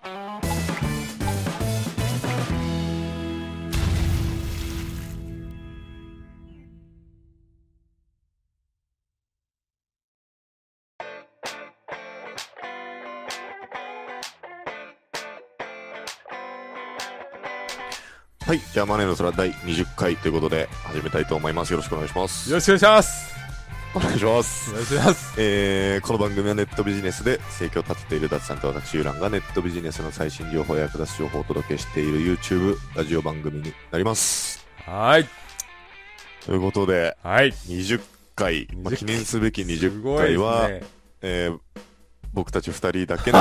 はい、じゃあマネーの空第20回ということで始めたいと思います。よろしくお願いします。 よろしくお願いします。 お願いします。 よろしくお願いします。 この番組はネットビジネスで生計を立てているダツさんと私ユーランがネットビジネスの最新情報や役立つ情報をお届けしている YouTube ラジオ番組になります。 はい。 ということで、 はい。 20回、記念すべき20回は、ね僕たち2人だけの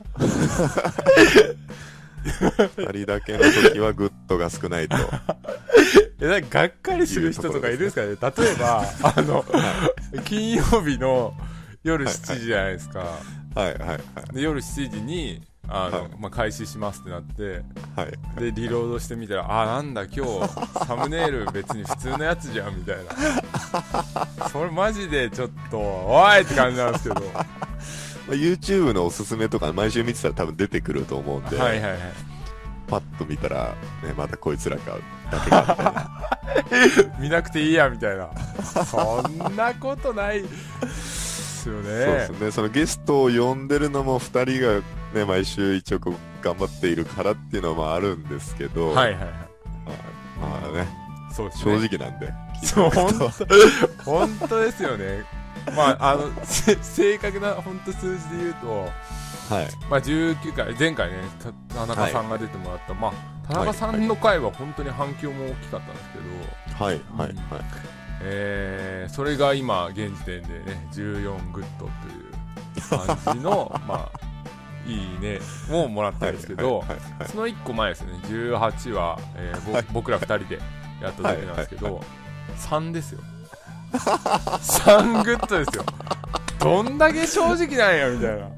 2人だけの時はグッドが少ないと。 なんかがっかりする人とかいるんですかね。例えば金曜日の夜7時じゃないですか。 はいはいはい。 で夜7時に開始しますってなって、 はい、 でリロードしてみたら、なんだ今日サムネイル別に普通のやつじゃんみたいな。それマジでちょっとおいって感じなんですけど。 YouTube のおすすめとか毎週見てたら多分出てくると思うんで、 はいはいはい、 パッと見たら、ね、またこいつらかだけが見なくていいやみたいな。そんなことないですよね。 そうですね。そのゲストを呼んでるのも2人が、ね、毎週一応こう頑張っているからっていうのもあるんですけど、 はいはいはい、 まあね、 そうですね、 正直なんで、 そう本当ですよね。正確な本当数字で言うと、はい、19回、前回ね田中さんが出てもらった、田中さんの回は本当に反響も大きかったんですけど、 はいはいはい、 それが今現時点でね14グッドという感じのいいねをもらったんですけど、その1個前ですね、18は、僕ら2人でやった時なんですけど、3ですよ。3グッドですよ。どんだけ正直なんやみたいな。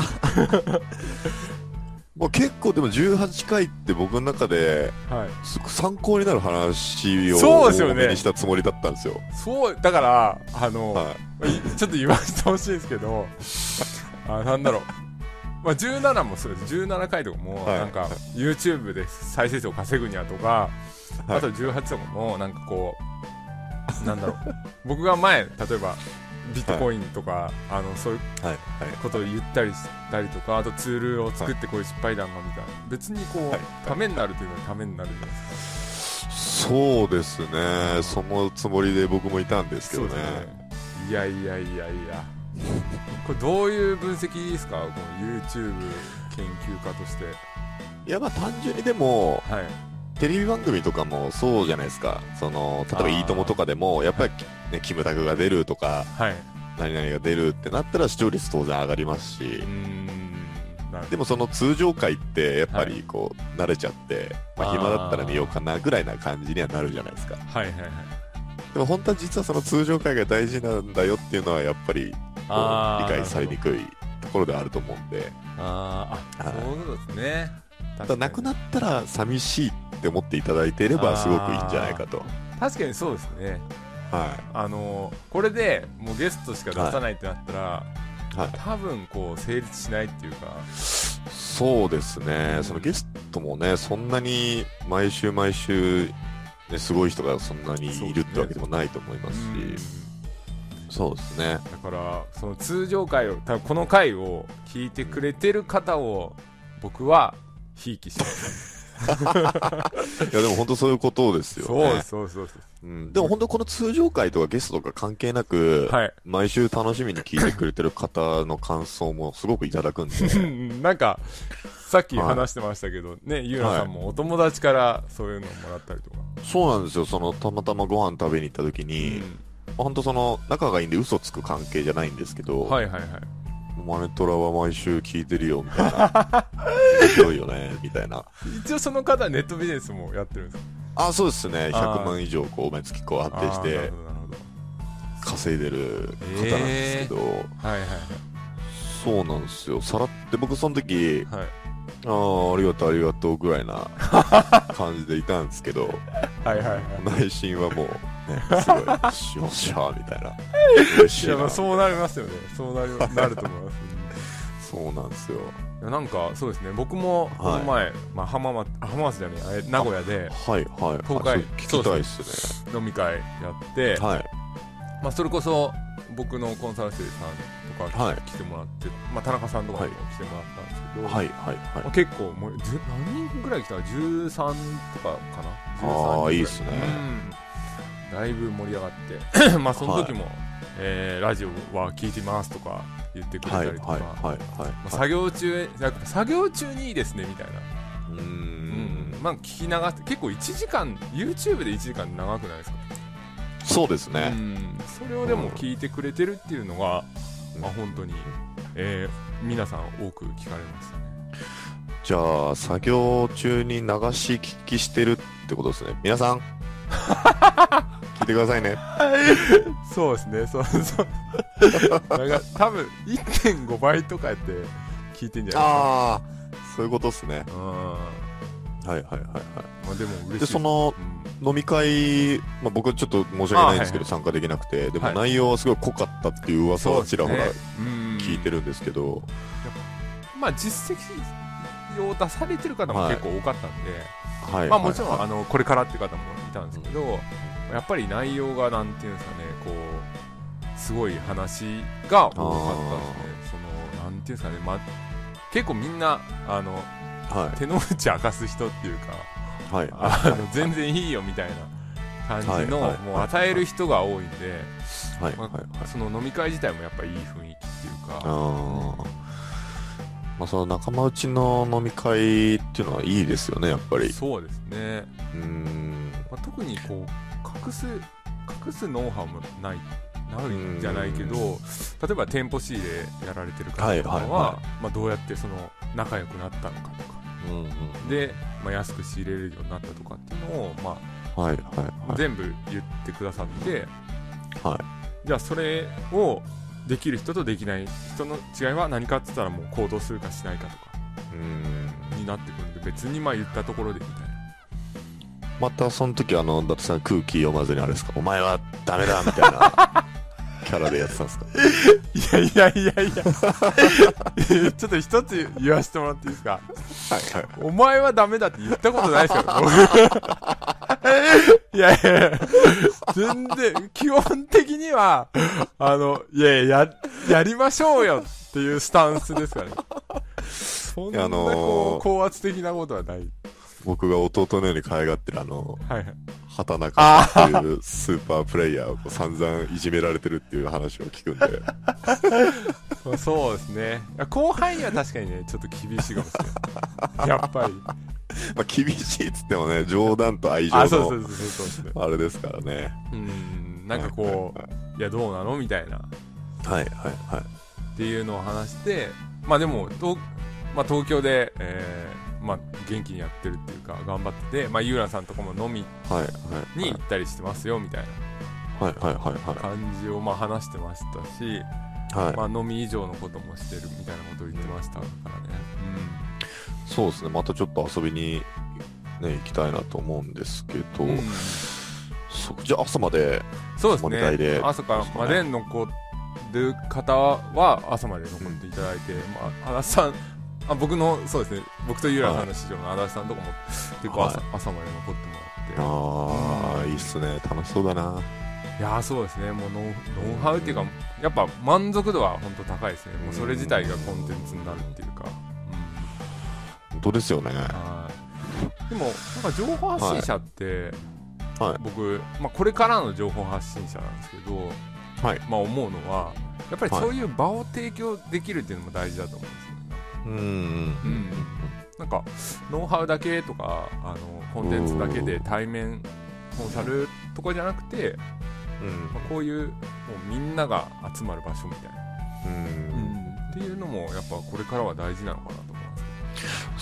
もう結構でも18回って僕の中で、すごく参考になる話を多めにしたつもりだったんですよ。 そうだからちょっと言わせてほしいんですけど、なんだろう、17もそうです。17回とかもなんか YouTube で再生数を稼ぐにはとか、あと18とかもなんかこうなんだろう、僕が前例えばビットコインとか、そういうことを言ったりしたりとか、あとツールを作ってこういう失敗談がみたいな、別にこう、ためになるというのはためになるじゃないですか。 そうですね、そのつもりで僕もいたんですけどね。 いやこれどういう分析ですか、この YouTube 研究家として。 いや単純にでも、テレビ番組とかもそうじゃないですか。例えばいいともとかでもやっぱり、ね、キムタクが出るとか、何々が出るってなったら視聴率当然上がりますし、でもその通常回ってやっぱりこう、慣れちゃって暇だったら見ようかなぐらいな感じにはなるじゃないですか。でも本当は実はその通常回が大事なんだよっていうのはやっぱりこう理解されにくいところであると思うんで。 そうですね。 なくなったら寂しいって思っていただいていればすごくいいんじゃないかと。 確かにそうですね。これでもうゲストしか出さないってなったら、多分こう成立しないっていうか。 そうですね、そのゲストもねそんなに毎週毎週、ね、すごい人がそんなにいるってわけでもないと思いますし。そうですね。 だからその通常回を、多分この回を聞いてくれてる方を僕はひいきします。 いやでも本当そういうことですよね。 そう、 でも本当この通常回とかゲストとか関係なく、毎週楽しみに聞いてくれてる方の感想もすごくいただくんでなんかさっき話してましたけど、ね、ゆうなさんもお友達からそういうのをもらったりとか。 そうなんですよ。たまたまご飯食べに行った時に、本当仲がいいんで嘘つく関係じゃないんですけど、マネトラは毎週聞いてるよみたいな面白いよねみたいな。 一応その方はネットビジネスもやってるんですか？ そうですね。100万以上こう毎月こう安定して稼いでる方なんですけど、そうなんですよ。さらって僕その時、ありがとうありがとうぐらいな感じでいたんですけど、内心はもうね、すごいよっしゃみたいな、嬉しいな。 そうなりますよね。そうなると思います。 そうなんですよ。 いやなんかそうですね、僕もこの前、まあ、浜松じゃねえ名古屋で東海聞きたいっすね飲み会やって、まあ、それこそ僕のコンサル生さんとか来てもらって、まあ、田中さんとかにも来てもらったんですけど、まあ、結構もう何人ぐらい来たか13とかかな、 ああいいっすね、 だいぶ盛り上がってまあその時も、ラジオは聞いてますとか言ってくれたりとか、作業中にいいですねみたいな、まあ聞き流して結構1時間 YouTube で1時間長くないですか。 そうですね、 それをでも聞いてくれてるっていうのが、まあ、本当に、皆さん多く聞かれますね。 じゃあ作業中に流し聞きしてるってことですね。皆さん聞いてくださいね。 そうですね、そうなんか多分 1.5 倍とかやって聞いてんじゃないですか。 ああそういうことですね。まあでも嬉しいでその、飲み会、まあ、僕はちょっと申し訳ないんですけど、参加できなくて、でも内容はすごい濃かったっていう噂はちらほら聞いてるんですけど、 まあ実績を出されてる方も結構多かったんで、まあもちろんこれからって方もいたんですけど、やっぱり内容がなんていうんですかね、こうすごい話が多かったですね。そのなんていうんですかね、まあ結構みんな手の内明かす人っていうか、全然いいよみたいな感じの、もう与える人が多いんで、その飲み会自体もやっぱいい雰囲気っていうか、 まあ、その仲間内の飲み会っていうのはいいですよね、やっぱり。 そうですね。まあ、特にこう隠すノウハウもないんじゃないけど、例えば店舗仕入れやられてる方とかは、まあ、どうやってその仲良くなったのかとか、で、まあ、安く仕入れれるようになったとかっていうのを、まあ全部言ってくださって、じゃあそれをできる人とできない人の違いは何かって言ったら、もう行動するかしないかとかになってくるんで、別にまあ言ったところでみたいな。 またその時伊達さん空気読まずにあれですか、お前はダメだみたいなキャラでやってたんですか。 いやちょっと一つ言わせてもらっていいですか。お前はダメだって言ったことないですよ。いや全然基本的にはやりましょうよっていうスタンスですからね。そんな高圧的なことはない。 僕が弟のように可愛がってる畑中っていうスーパープレイヤーを散々いじめられてるっていう話を聞くんでそうですね、後輩には確かにねちょっと厳しいかもしれないやっぱりまあ厳しいっつってもね、冗談と愛情のあれですからね。 なんかこう、いやどうなのみたいなっていうのを話して、まあでもまあ、東京で、まあ、元気にやってるっていうか頑張ってて、まあ、ゆうらさんとかも飲みに行ったりしてますよみたいな感じをまあ話してましたし、まあ、飲み以上のこともしてるみたいなことを言ってましたからね。 そうですね、またちょっと遊びに、ね、行きたいなと思うんですけど、じゃあ朝まで。 そうですね、朝からまで残る方は朝まで残っていただいて、まあ、足立さん僕のそうですね、僕とゆうらさんの師匠の足立さんとかも結構朝まで残ってもらって、 いいっすね、楽しそうだな。 いやそうですね、もうノウハウっていうかやっぱ満足度は本当高いですね。もうそれ自体がコンテンツになるっていうか、 本当ですよね。 でもなんか情報発信者って、僕、まあ、これからの情報発信者なんですけど、まあ、思うのはやっぱりそういう場を提供できるっていうのも大事だと思うんですよ。なんかノウハウだけとかコンテンツだけで対面コンサルとかじゃなくて、まあ、こういうもうみんなが集まる場所みたいな、っていうのもやっぱこれからは大事なのかなと思います。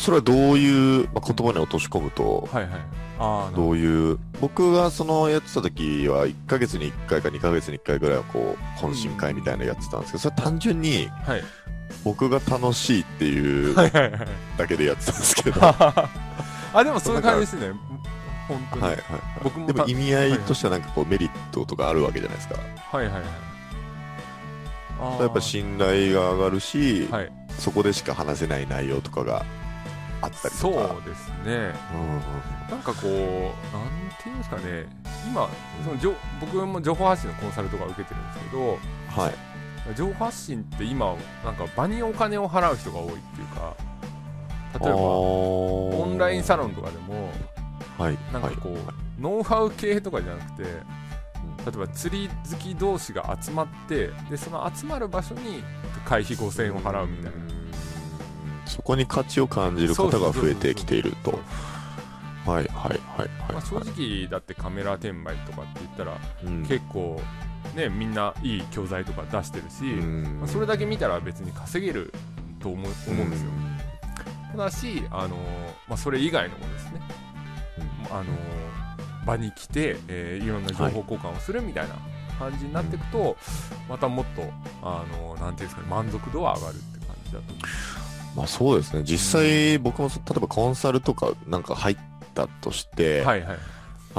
それはどういう、まあ、言葉に落とし込むと、どういう、僕がそのやってた時は1ヶ月に1回か2ヶ月に1回ぐらいはこう懇親会みたいなのやってたんですけど、それは単純に、僕が楽しいっていうだけでやってたんですけどでもそういう感じですね、本当に。 僕もでも意味合いとしてはなんかこうメリットとかあるわけじゃないですか。やっぱ信頼が上がるし、 そこでしか話せない内容とかがあったりとか。 そうですね、なんかこう、なんていうんですかね、今僕も情報発信のコンサルとか受けてるんですけど、 はい、 情報発信って今なんか場にお金を払う人が多いっていうか、例えばオンラインサロンとかでも、 はい、 なんかこう、はい、ノウハウ系とかじゃなくて、例えば釣り好き同士が集まって、でその集まる場所に会費5000円を払うみたいな、 そこに価値を感じる方が増えてきていると。はいはいはいはい。 正直だってカメラ転売とかって言ったら、結構ね、みんないい教材とか出してるし、それだけ見たら別に稼げると思うんですよ。ただし、それ以外のものですね、場に来て、いろんな情報交換をするみたいな感じになっていくと、またもっとなんていうんですかね、満足度は上がるって感じだと思います。 まあそうですね、実際僕も例えばコンサルとかなんか入ったとして、はいはい、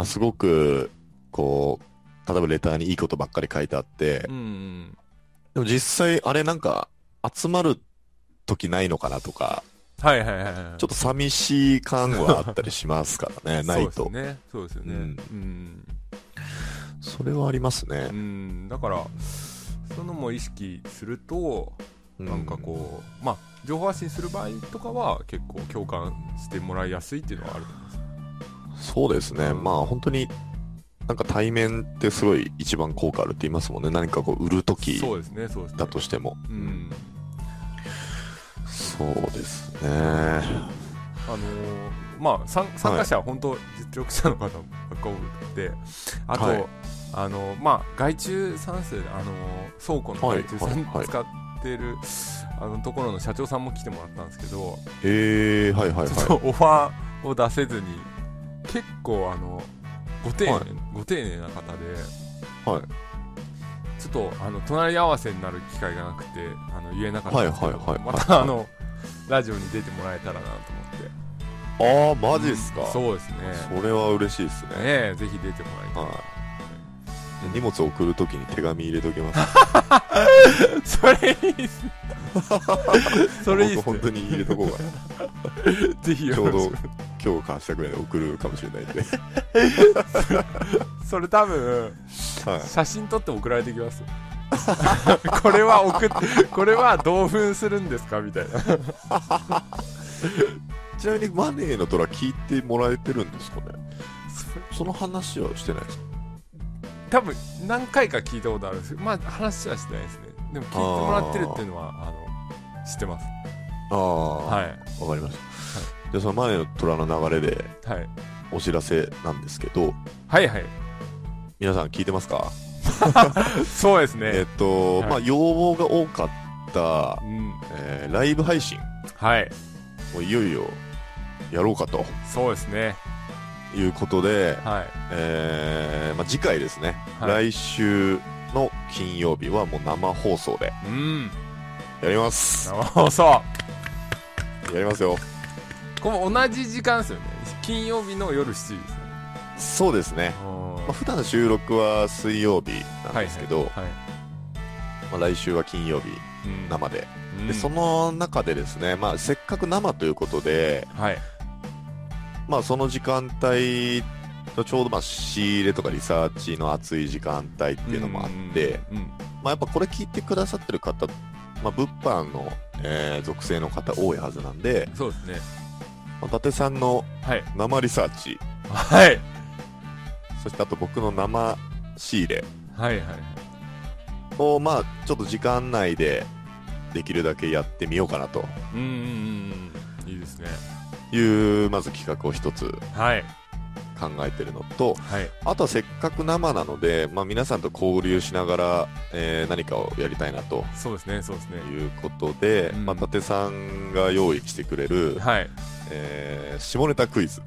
すごくこう例えばレターにいいことばっかり書いてあって、でも実際あれなんか集まる時ないのかなとか、はいはいはい、ちょっと寂しい感はあったりしますからねないと。 そうですね、そうですよね、 それはありますね。 だからそういうのも意識すると、なんかこう、まあ情報発信する場合とかは結構共感してもらいやすいっていうのはあると思います。 そうですね、まあ本当になんか対面ってすごい一番効果あるって言いますもんね。何かこう売るときだとしても。そうですね。 まあ参加者は本当実力者の方ばっか多くて、あと、はい、まあ外注産数、倉庫の外注産使ってるところの社長さんも来てもらったんですけど、はいはいはい、ちょっとオファーを出せずに結構ご丁寧な方で、はい、ちょっと隣り合わせになる機会がなくて言えなかったんですけど、またラジオに出てもらえたらなと思って。 ああマジですか。 そうですね。 それは嬉しいですね。 ぜひ出てもらいたい。 荷物を送るときに手紙入れときますそれいいっすねそれいいっすね。 僕本当に入れとこうかなぜひちょうど今日か明日ぐらいで送るかもしれないんでそれ多分、はい、写真撮って送られてきますこれはどう噴するんですかみたいなちなみにマネーの虎聞いてもらえてるんですかね。その話はしてないですか。 多分何回か聞いたことあるんですけど、まあ話はしてないですね。でも聞いてもらってるっていうのは知ってます。 はい、わかりました。じゃあそのマネーの虎の流れで、はい、お知らせなんですけど、 はいはい、 皆さん聞いてますかそうですね。 はい、まあ要望が多かった、ライブ配信、はい、もういよいよやろうかと。 そうですね。 いうことで、はい、まあ、次回ですね、はい、来週の金曜日はもう生放送でやります。 生放送やりますよ。 この同じ時間ですよね。金曜日の夜7時ですね。 そうですね。まあ、普段の収録は水曜日なんですけど、はいはいはい、まあ、来週は金曜日生で、でその中でですね、まあ、せっかく生ということで、はい、まあ、その時間帯とちょうどまあ仕入れとかリサーチの熱い時間帯っていうのもあって、まあ、やっぱこれ聞いてくださってる方、まあ、物販の、属性の方多いはずなんで、 そうですね、 まあ、伊達さんの生リサーチ、 はい、 そしてあと僕の生仕入れ、 はいはいはい、 をまあちょっと時間内でできるだけやってみようかなと。 いいですね。 いうまず企画を一つ考えてるのと、 はい、 あとはせっかく生なので、まあ、皆さんと交流しながら、何かをやりたいなと。 そうですね、そうですね。 いうことで、まあ、伊達さんが用意してくれる、はい、下ネタクイズ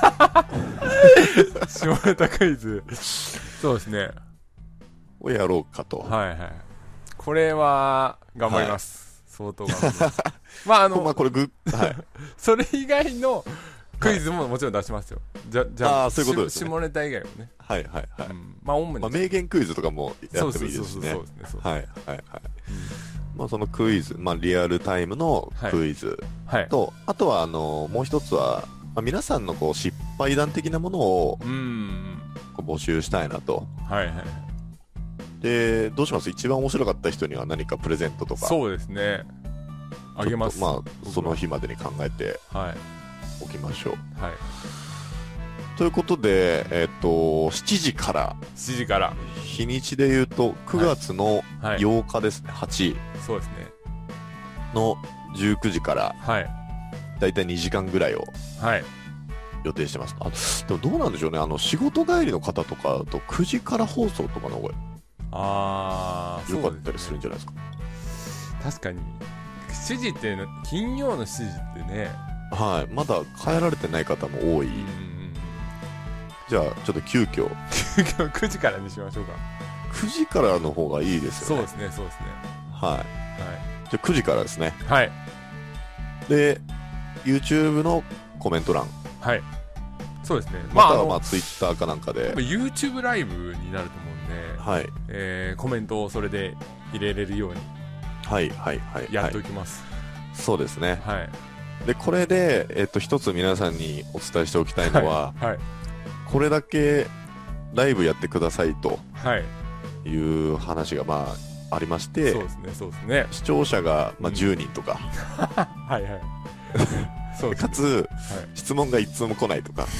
下ネタクイズそうですねをやろうかと。 はいはい、これは頑張ります、はい、相当頑張りますまあまあこれはい、 それ以外のクイズももちろん出しますよ。じゃあそういうことですね。 下ネタ以外もね。 はいはいはい。 まあ主に、 名言クイズとかもやってもいいですしね。 そうですね。 はいはいはい。 まあ、そのクイズ、まあ、リアルタイムのクイズと、あとはもう一つは、まあ、皆さんのこう失敗談的なものをこう募集したいなと。 はいはい。 で、どうします？一番面白かった人には何かプレゼントとか。 そうですね。あげます。 まあ、その日までに考えておきましょう。 はい。 ということで、7時から。 7時から。 日にちで言うと、9月の8日ですね、8。 そうですね。 の19時から、だいたい2時間ぐらいを予定してます。でもどうなんでしょうね、仕事帰りの方とかだと9時から放送とかの方が良かったりするんじゃないですか。 確かに7時って金曜の7時ってね、 はい、まだ帰られてない方も多い。じゃあちょっと急遽 9時からにしましょうか。 9時からの方がいいですよね。 そうですね、そうですね。 はい、じゃあ9時からですね。 はい。 で YouTube のコメント欄、 はい、そうですね。 またはまあ Twitter かなんかで YouTube ライブになると思うんで、 はい、 コメントをそれで入れれるようにやっておきます。 そうですね。 はい。 でこれで一つ皆さんにお伝えしておきたいのは、 はい、 これだけライブやってくださいという話がまあありまして、 そうですね、そうですね。 視聴者がまあ10人とか、 はいはい。 そうですね、かつ、質問が一通も来ないとか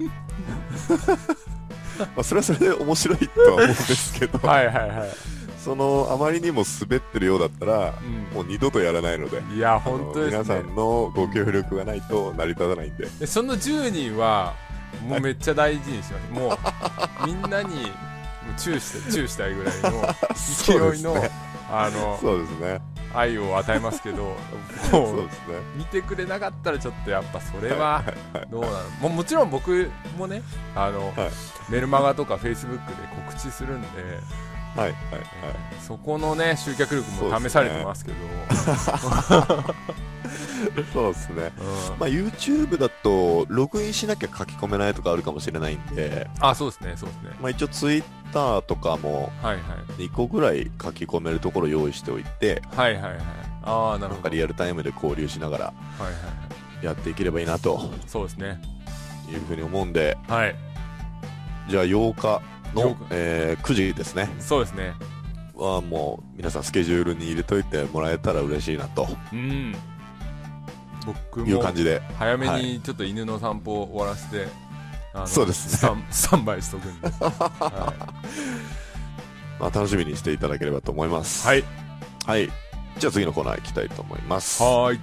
まあそれはそれで面白いとは思うんですけどはいはいはい。 そのあまりにも滑ってるようだったら、もう二度とやらないので、 いや本当ですね、 皆さんのご協力がないと成り立たないんで、 その10人はもうめっちゃ大事にします。もうみんなにチューしたいぐらいの勢いのそうですね、 愛を与えますけど、 そうですね、 見てくれなかったらちょっとやっぱそれはどうなの。もちろん僕もね、メルマガとかフェイスブックで告知するんで、そこのね集客力も試されてますけど、 そうですね、まあ YouTube だとログインしなきゃ書き込めないとかあるかもしれないんで、 そうですね、そうですね。 まあ一応 Twitter とかも2個ぐらい書き込めるところ用意しておいて、 なるほど。なんかリアルタイムで交流しながらやっていければいいなと、 そうですね、 いうふうに思うんで、じゃあ8日の9時ですね。 そうですね。 はもう皆さんスケジュールに入れといてもらえたら嬉しいなと。 僕いう感じで早めにちょっと犬の散歩を終わらせて、 そうですね、 スタンバイしとくんで、 まあ楽しみにしていただければと思います。 はい、 じゃあ次のコーナー行きたいと思います。 はい。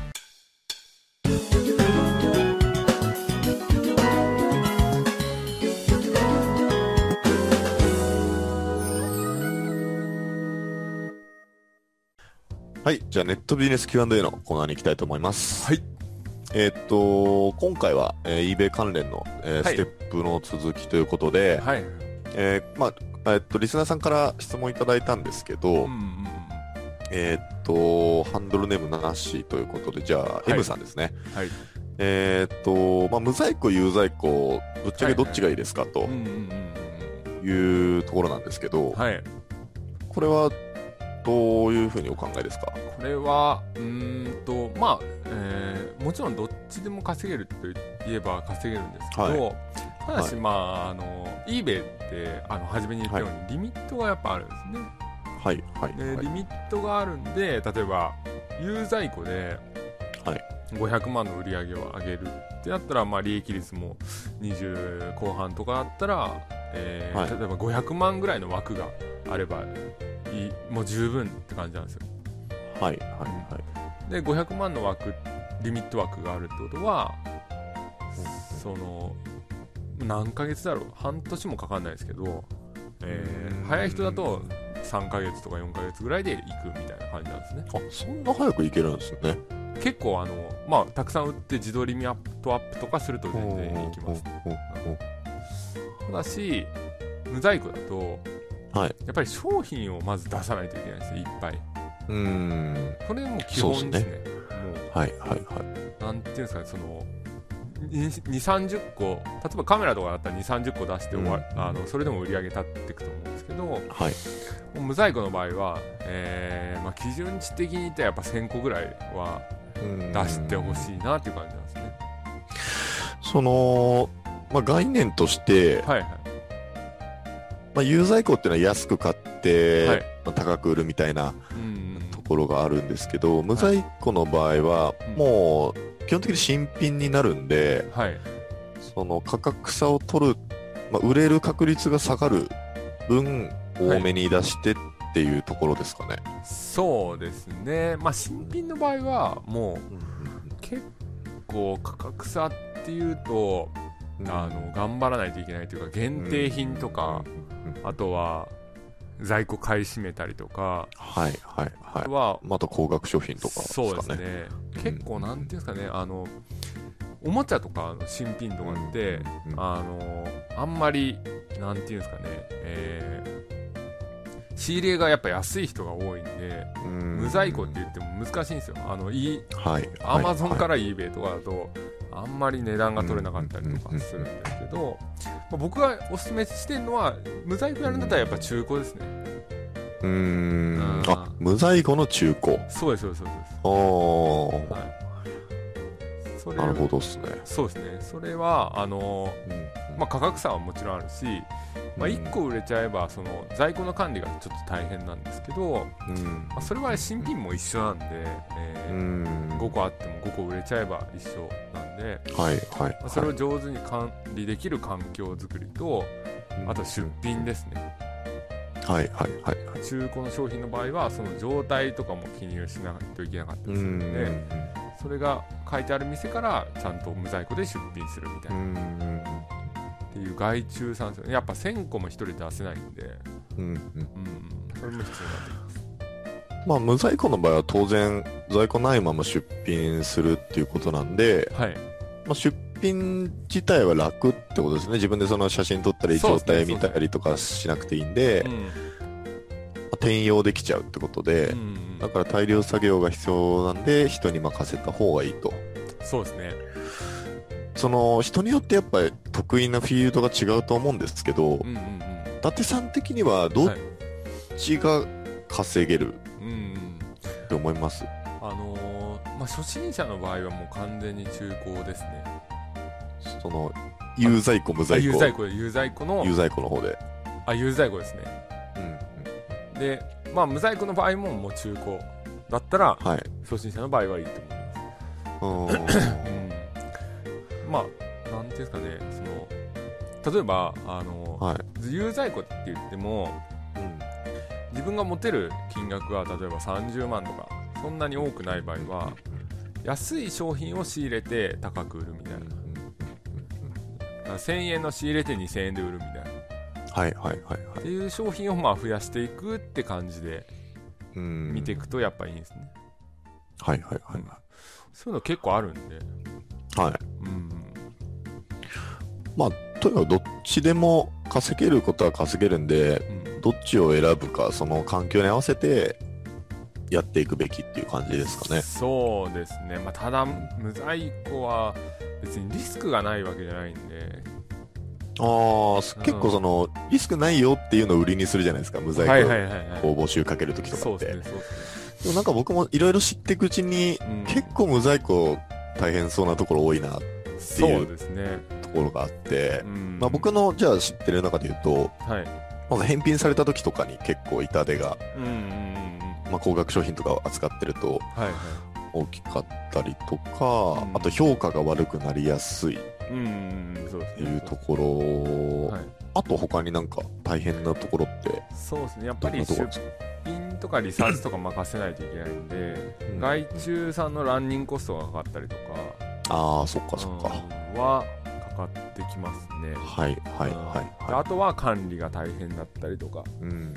はい、じゃあネットビジネス Q&A のコーナーに行きたいと思います。 はい。 今回は、eBay 関連の、ステップの続きということで、まあリスナーさんから質問いただいたんですけど、ハンドルネームなしということで、じゃあ、M さんですね。まあ、無在庫、有在庫、ぶっちゃけどっちがいいですかというところなんですけど、これはどういうふうにお考えですか？ これはまあ、もちろんどっちでも稼げると言えば稼げるんですけど、ただし、まあeBay って初めに言ったように、リミットがやっぱあるんですね。リミットがあるんで、例えば有在庫で500万の売り上げを上げるってなったら、まあ、利益率も20後半とかあったら、例えば500万ぐらいの枠があればもう十分って感じなんですよ。で500万の枠、リミット枠があるってことは、その何ヶ月だろう、半年もかかんないですけど、早い人だと3ヶ月とか4ヶ月ぐらいでいくみたいな感じなんですね。 そんな早くいけるんですよね。 結構まあ、たくさん売って自動リミットアップとかすると全然いきます。ただし無在庫だと、やっぱり商品をまず出さないといけないんですよ、いっぱい。これも基本ですね。なんていうんですかね、その2、30個、例えばカメラとかだったら2、30個出してそれでも売り上げ立っていくと思うんですけど、 はい、 無在庫の場合は、基準値的に言ったらやっぱ1000個ぐらいは出してほしいなっていう感じなんですね。 その、概念として、 はいはい、 有在庫っていうのは安く買って、 はい、 高く売るみたいなところがあるんですけど、無在庫の場合はもう基本的に新品になるんで、 はい、 その価格差を取る、売れる確率が下がる分多めに出してっていうところですかね。 そうですね。新品の場合はもう結構価格差っていうと、頑張らないといけないというか、限定品とか、あとは在庫買い占めたりとか、 はいはいはい。また高額商品とかですかね。 そうですね。結構なんていうんですかね、おもちゃとかの新品とかって、あんまりなんていうんですかね、仕入れがやっぱ安い人が多いんで、無在庫って言っても難しいんですよ。アマゾンから eBay とかだとあんまり値段が取れなかったりとかするんですけど、僕がおすすめしてるのは、無在庫やるんだったらやっぱ中古ですね。 無在庫の中古。 そうですそうですそうです。はい、 なるほどですね。 そうですね。それは価格差はもちろんあるし、1個売れちゃえばその在庫の管理がちょっと大変なんですけど、それは新品も一緒なんで、5個あっても5個売れちゃえば一緒なんで、それを上手に管理できる環境づくりと、あと出品ですね。中古の商品の場合はその状態とかも記入しないといけなかったりするので、それが書いてある店からちゃんと無在庫で出品するみたいなっていう外注さんですよね。やっぱ1000個も1人出せないんで、それも必要になってきます。無在庫の場合は当然在庫ないまま出品するっていうことなんで、出品自体は楽ってことですね。自分でその写真撮ったり状態見たりとかしなくていいんで、転用できちゃうってことで、だから大量作業が必要なんで人に任せた方がいいと。 そうですね。 その人によってやっぱり得意なフィールドが違うと思うんですけど、伊達さん的にはどっちが稼げるって思います？ 初心者の場合はもう完全に中古ですね。 その有在庫無在庫。 有在庫の方で。 有在庫ですね。で、無在庫の場合ももう中古だったら、初心者の場合はいいと思います。なんていうんですかね、例えば有在庫って言っても、自分が持てる金額が例えば30万とかそんなに多くない場合は、安い商品を仕入れて高く売るみたいな、1000円の仕入れて2000円で売るみたいな、っていう商品を増やしていくって感じで見ていくとやっぱいいんですね。そういうの結構あるんで、 とにかくどっちでも稼げることは稼げるんで、どっちを選ぶか、その環境に合わせてやっていくべきっていう感じですかね。 そうですね。ただ無在庫は別にリスクがないわけじゃないんで、 結構そのリスクないよっていうのを売りにするじゃないですか、無在庫を募集かけるときとかって。でもなんか僕もいろいろ知っていくうちに、結構無在庫大変そうなところ多いなっていうところがあって、僕のじゃあ知ってる中で言うと、まず返品された時とかに結構痛手が、高額商品とかを扱ってると大きかったりとか、あと評価が悪くなりやすいっていうところ、あと他になんか大変なところって？ そうですね、やっぱり出品とかリサーチとか任せないといけないんで、外注さんのランニングコストがかかったりとか、 そっかはかかってきますね。あとは管理が大変だったりとか、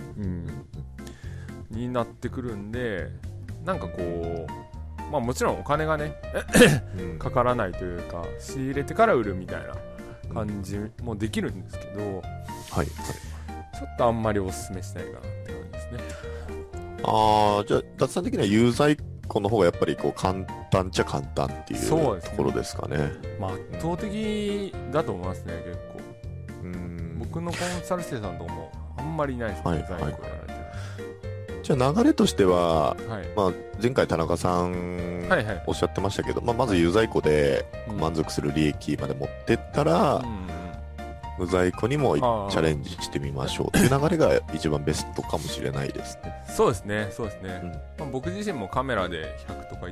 になってくるんで、なんかこう、もちろんお金がねかからないというか、仕入れてから売るみたいな感じもできるんですけど、ちょっとあんまりおすすめしないかなって感じですね。 じゃあ達さん的には有在庫の方がやっぱりこう簡単っちゃ簡単っていうところですかね。 圧倒的だと思いますね。結構僕のコンサル生さんとかもあんんまりいないですね、 はいはい、 在庫やられてる。 じゃあ流れとしては、 はい、 まあ、前回田中さんおっしゃってましたけど、まず有在庫で満足する利益まで持ってったら、無在庫にもチャレンジしてみましょうっていう流れが一番ベストかもしれないですね。 そうですね、そうですね。まあ、僕自身もカメラで100とか行って、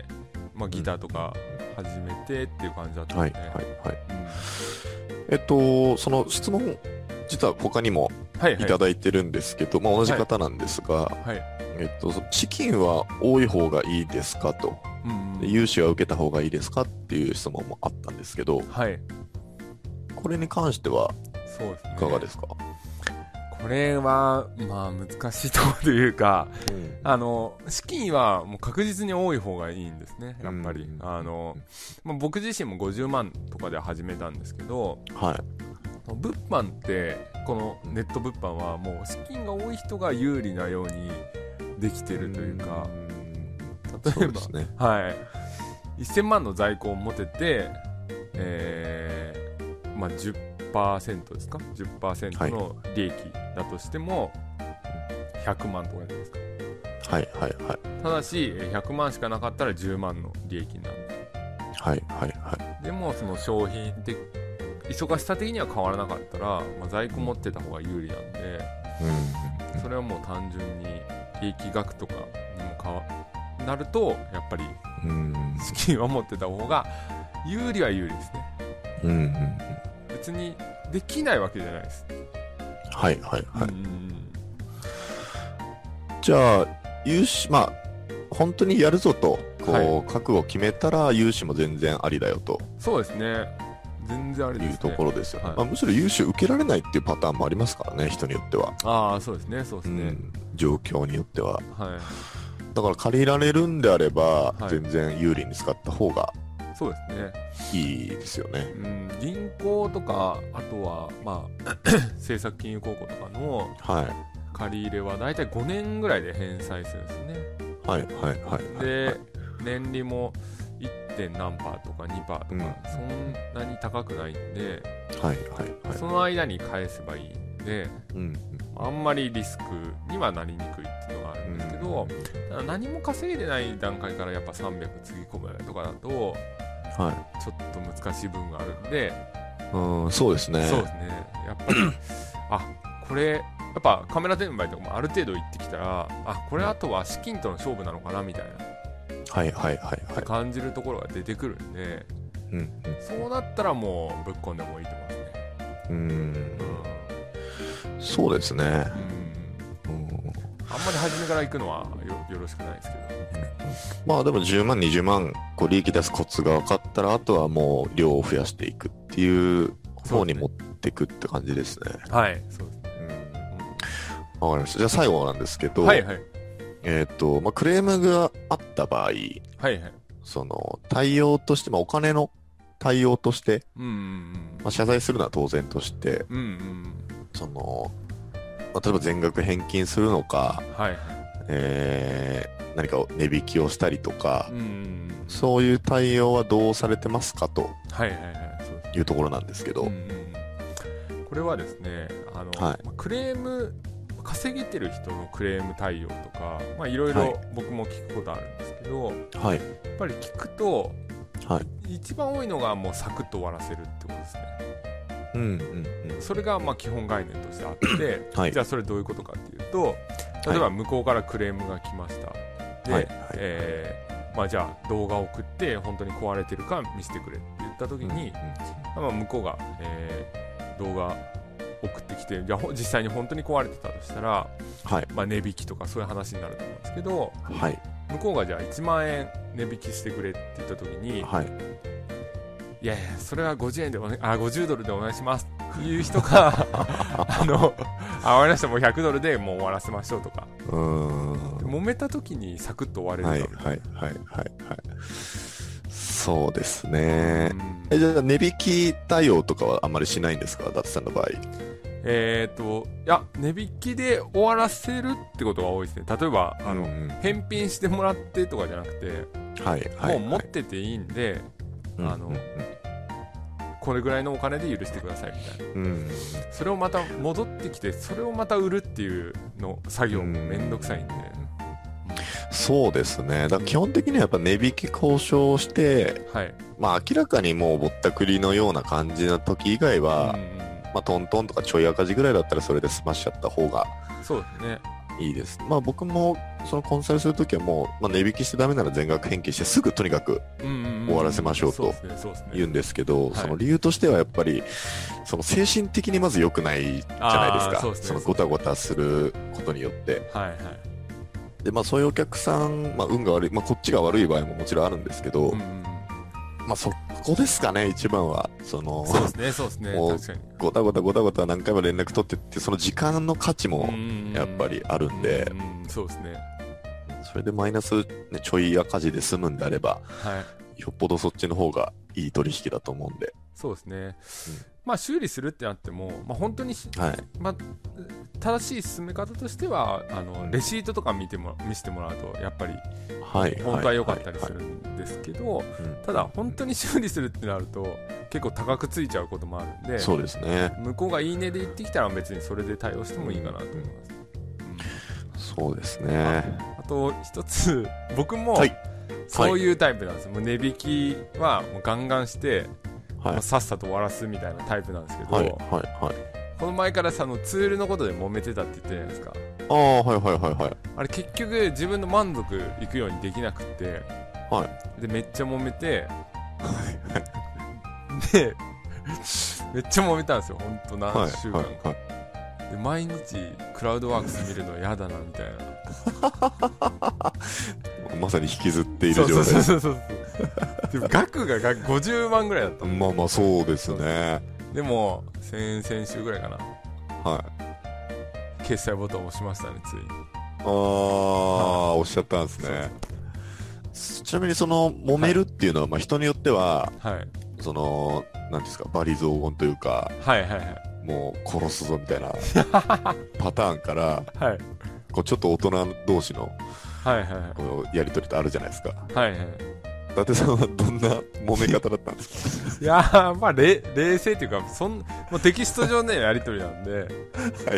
まあ、ギターとか始めてっていう感じだったんですね。はいはいはい。 その質問実は他にもいただいてるんですけど、まあ、同じ方なんですが、資金は多い方がいいですかと、融資は受けた方がいいですかっていう質問もあったんですけど、これに関してはいかがですか？ これはまあ難しいところというか、資金はもう確実に多い方がいいんですね、やっぱり。まあ、僕自身も50万とかで始めたんですけど、物販ってこのネット物販はもう資金が多い人が有利なようにできてるというか、例えば、1000万の在庫を持てて、まあ、10% ですか 10% の利益だとしても100万とかじゃないですか。ただし100万しかなかったら10万の利益になる。でもその商品的忙しさ的には変わらなかったら、まあ、在庫持ってた方が有利なんで、それはもう単純に利益額とかにもなるとやっぱり資金は持ってた方が有利は有利ですね。別にできないわけじゃないです。 じゃあ融資、まあ本当にやるぞとこう、覚悟を決めたら融資も全然ありだよと。 そうですね、全然ありですね。 いうところですよね。まあ、むしろ融資を受けられないっていうパターンもありますからね、人によっては。 そうですね、そうですね。 状況によっては。だから借りられるんであれば、全然有利に使った方がそうですね。いいですよね。 銀行とか、あとは、まあ、政策金融公庫とかの借り入れはだいたい5年ぐらいで返済するんですね。で、年利も 1. 何パーとか 2% とか、そんなに高くないんで、その間に返せばいいんで、あんまりリスクにはなりにくいっていうのがあるんですけど、何も稼いでない段階からやっぱ300つぎ込むとかだと、ちょっと難しい部分があるんで、 そうですね。 そうですね。やっぱりこれやっぱカメラ転売とかもある程度行ってきたら、これあとは資金との勝負なのかなみたいな感じるところが出てくるんで、そうなったらもうぶっ込んでもいいと思いますね。 そうですね。 あんまり初めから行くのは よろしくないですけど、 まあでも10万20万こう利益出すコツが分かったら、あとはもう量を増やしていくっていう方に持っていくって感じですね。 そうですね。 わかりました。じゃあ最後なんですけど、まあ、クレームがあった場合、その対応として、まあ、お金の対応として、まあ、謝罪するのは当然として、そのまあ、例えば全額返金するのか、何か値引きをしたりとか、そういう対応はどうされてますかというところなんですけど、 これはですね、クレーム稼げてる人のクレーム対応とか、まあ、いろいろ僕も聞くことあるんですけど、やっぱり聞くと、一番多いのがもうサクッと終わらせるってことですね。それがまあ基本概念としてあって、じゃあそれどういうことかっていうと、例えば向こうからクレームが来ました。で、まあ、じゃあ動画を送って本当に壊れてるか見せてくれって言った時に、まあ、向こうが、動画送ってきて、じゃあ実際に本当に壊れてたとしたら、まあ、値引きとかそういう話になると思うんですけど、向こうがじゃあ1万円値引きしてくれって言った時に、いやいやそれは50円で50ドルでお願いしますっていう人かわかりました、もう100ドルでもう終わらせましょうとか、揉めた時にサクッと終われるかみたいな。 そうですね。じゃあ値引き対応とかはあんまりしないんですか、ダツさんの場合。 いや値引きで終わらせるってことが多いですね。例えば返品してもらってとかじゃなくて、もう持ってていいんで、ここれぐらいのお金で許してくださいみたいな、うん、それをまた戻ってきてそれをまた売るっていうの作業もめんどくさいんで、 そうですね。だから基本的にはやっぱ値引き交渉して、はい、まあ明らかにもうぼったくりのような感じの時以外は、まあトントンとかちょい赤字ぐらいだったらそれで済ましちゃった方がそうですね。 いいです。まあ僕もそのコンサルするときはもう、まあ、値引きしてダメなら全額返金してすぐとにかく終わらせましょうと言うんですけど、その理由としてはやっぱりその精神的にまず良くないじゃないですか。そのごたごたすることによって。はいはい。でまあそういうお客さん、まあ運が悪い、まあこっちが悪い場合ももちろんあるんですけど、まあそこですかね、一番は。そうですね。もうごたごた何回も連絡取ってって、その時間の価値もやっぱりあるんで、 そうですね。 それでマイナス、ね、ちょい赤字で済むんであれば、はい、よっぽどそっちの方がいい取引だと思うんで。 そうですね。まあ修理するってなっても、まあ本当にはい、まあ正しい進め方としてはレシートとか見せてもらうとやっぱり、はい、本当は良かったりするんですけど、ただ本当に修理するってなると結構高くついちゃうこともあるんで、 そうですね。 向こうがいいねで言ってきたら別にそれで対応してもいいかなと思います。 そうですね。 あと一つ僕もそういうタイプなんですよ。もう値引きはもうガンガンして、はい、さっさと終わらすみたいなタイプなんですけど、はいはいはい、この前からツールのことで揉めてたって言ってるじゃないですか。 ああ、はいはいはいはい。 あれ結局自分の満足いくようにできなくて、はい、でめっちゃ揉めてでめっちゃ揉めたんですよ、ほんと何週間か、はいはいはい、で毎日クラウドワークス見るの嫌だなみたいなまさに引きずっている状態。 そうでも額が50万ぐらいだった。 まあまあそうですね。 でも先週ぐらいかな、はい、決済ボタン押しましたね、ついに。 押しちゃったんですね。ちなみにその揉めるっていうのは、まあ人によっては、はい、そのなんですか、罵詈雑言というか、はいはいはい、もう殺すぞみたいなパターンから、はい、こうちょっと大人同士の、はいはいはい、こうやり取りってあるじゃないですか。はいはい。伊達さんはどんな揉め方だったんですか？ いやー、まあ冷静というか、もうテキスト上ねやり取りなんではいはい、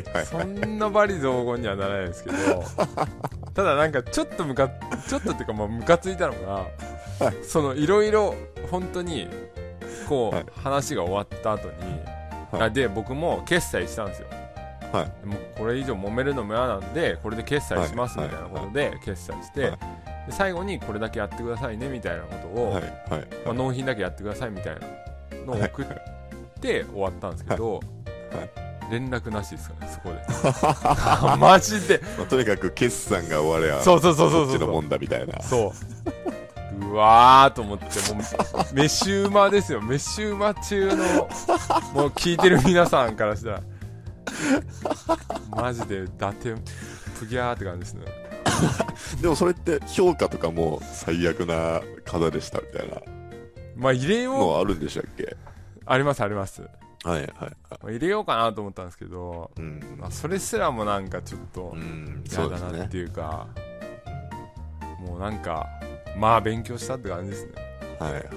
はい、そんな罵詈雑言にはならないですけどただなんかちょっとっていうか、まあムカついたのが、はい、そのいろいろ本当にこう、はい、話が終わった後に、はい、で僕も決済したんですよ。はい、もうこれ以上揉めるのも嫌なんでこれで決済しますみたいなことで決済して、はいはい、で最後にこれだけやってくださいねみたいなことを、はいはい、まあ、納品だけやってくださいみたいなのを送って終わったんですけど、はいはい、連絡なしですかね、そこでマジで、 まあ、とにかく決算が終わればそうこっちのもんだみたいな。 うわーと思って、もうメシウマですよ、メシウマ中のもう聞いてる皆さんからしたらマジでダテンプギャーって感じですねでもそれって評価とかも最悪な方でしたみたいな、 まあ入れようのあるんでしたっけ？ ありますあります。 はいはい、 まあ、入れようかなと思ったんですけど、まあ、それすらもなんかちょっと嫌だなっていうか、もうなんかまあ勉強したって感じですね。はいはい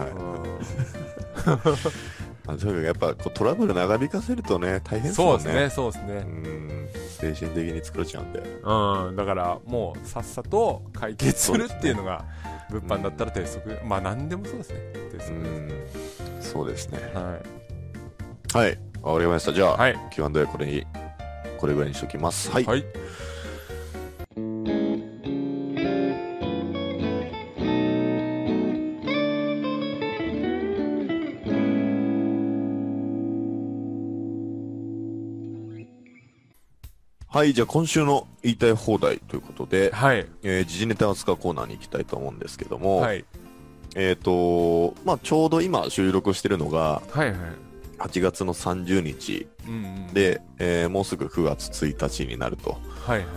まあ、とにかくやっぱこうトラブル長引かせるとね大変ですもんね。 そうですね。 精神的に疲れちゃうんで。 だからもうさっさと解決するっていうのが物販だったら鉄則、まあ何でもそうですね。鉄則です。そうですね。はい、わかりました。じゃあ、はい、Q&A これぐらいにしときます。はい。はい、はい、じゃあ今週の言いたい放題ということで、はい、時事ネタを扱うコーナーに行きたいと思うんですけども、はい、まあちょうど今収録してるのが、はいはい、8月の30日で、もうすぐ9月1日になると、はいはい、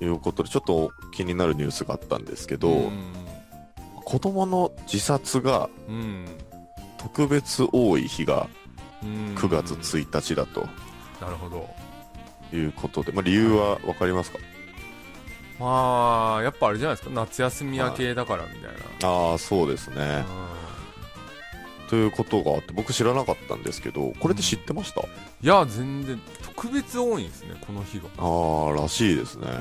いうことでちょっと気になるニュースがあったんですけど、子供の自殺が特別多い日が9月1日だと。 なるほど。 いうことで、まあ、理由は分かりますか？ まあやっぱあれじゃないですか、夏休み明けだからみたいな。 ああそうですね。 ということがあって、僕知らなかったんですけど、これって知ってました？ いや全然特別多いんですね、この日が。 らしいですね。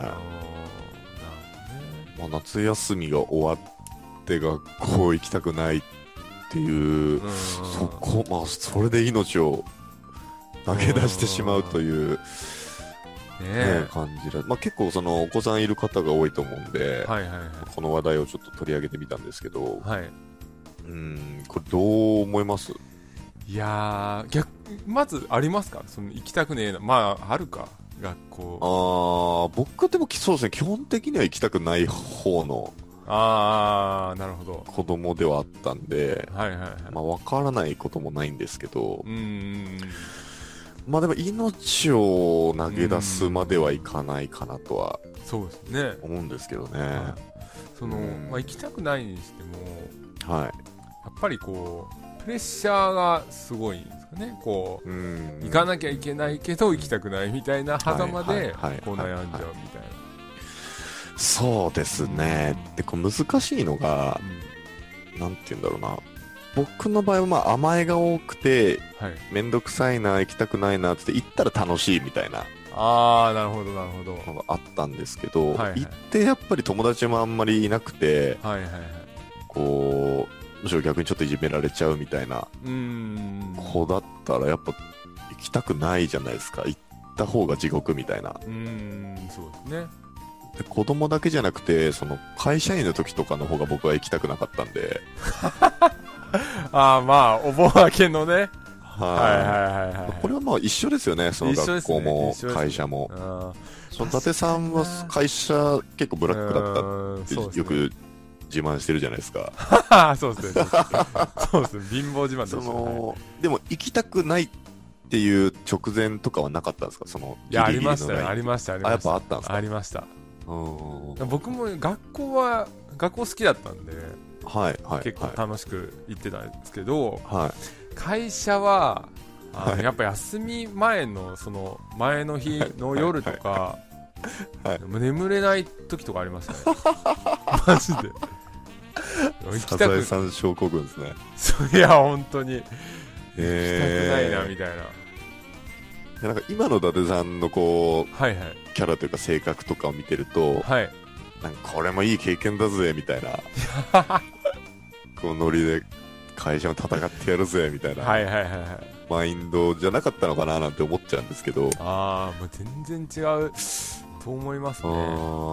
まあ、夏休みが終わって学校行きたくないっていう、まあそれで命を投げ出してしまうという感じで、まあ、結構そのお子さんいる方が多いと思うんで、この話題をちょっと取り上げてみたんですけど、これどう思います？ いやー、まずありますか？その行きたくねえな、まああるか、学校。 僕でもそうですね、基本的には行きたくない方のなるほど、 子供ではあったんで、まあ分からないこともないんですけど、まあでも命を投げ出すまではいかないかなとはそうですね、 思うんですけどね。 そのまあ、行きたくないにしても、やっぱりこうプレッシャーがすごいんですかね。こう行かなきゃいけないけど行きたくないみたいな狭間でこう悩んじゃうみたいな。 そうですね。でこう難しいのが、なんて言うんだろうな、僕の場合はまあ甘えが多くて、めんどくさいな、行きたくないなって言ったら楽しいみたいな、 なるほどなるほど、 あったんですけど、行ってやっぱり友達もあんまりいなくて、こうむしろ逆にちょっといじめられちゃうみたいな子だったらやっぱ行きたくないじゃないですか。行った方が地獄みたいな。 そうですね。 で子供だけじゃなくて、その会社員の時とかの方が僕は行きたくなかったんでまあお盆明けのね、これはまあ一緒ですよね。その学校も会社も。その伊達さんは会社結構ブラックだったってよく自慢してるじゃないですか。 そうですね。そうですね。貧乏自慢ですよね。 でも行きたくないっていう直前とかはなかったんですか？そのいや、ありましたよ。ありました。 やっぱあったんですか？ ありました。僕も学校好きだったんで、結構楽しく行ってたんですけど、会社はやっぱ休み前のその前の日の夜とか眠れない時とかありましたね。マジで。 サザエさん症候群ですね。 いや本当に行きたくないなみたいな。 なんか今の伊達さんのこう、キャラというか性格とかを見てると、なんかこれもいい経験だぜみたいなこうノリで会社も戦ってやるぜみたいなマインドじゃなかったのかななんて思っちゃうんですけど、 もう全然違うと思いますね。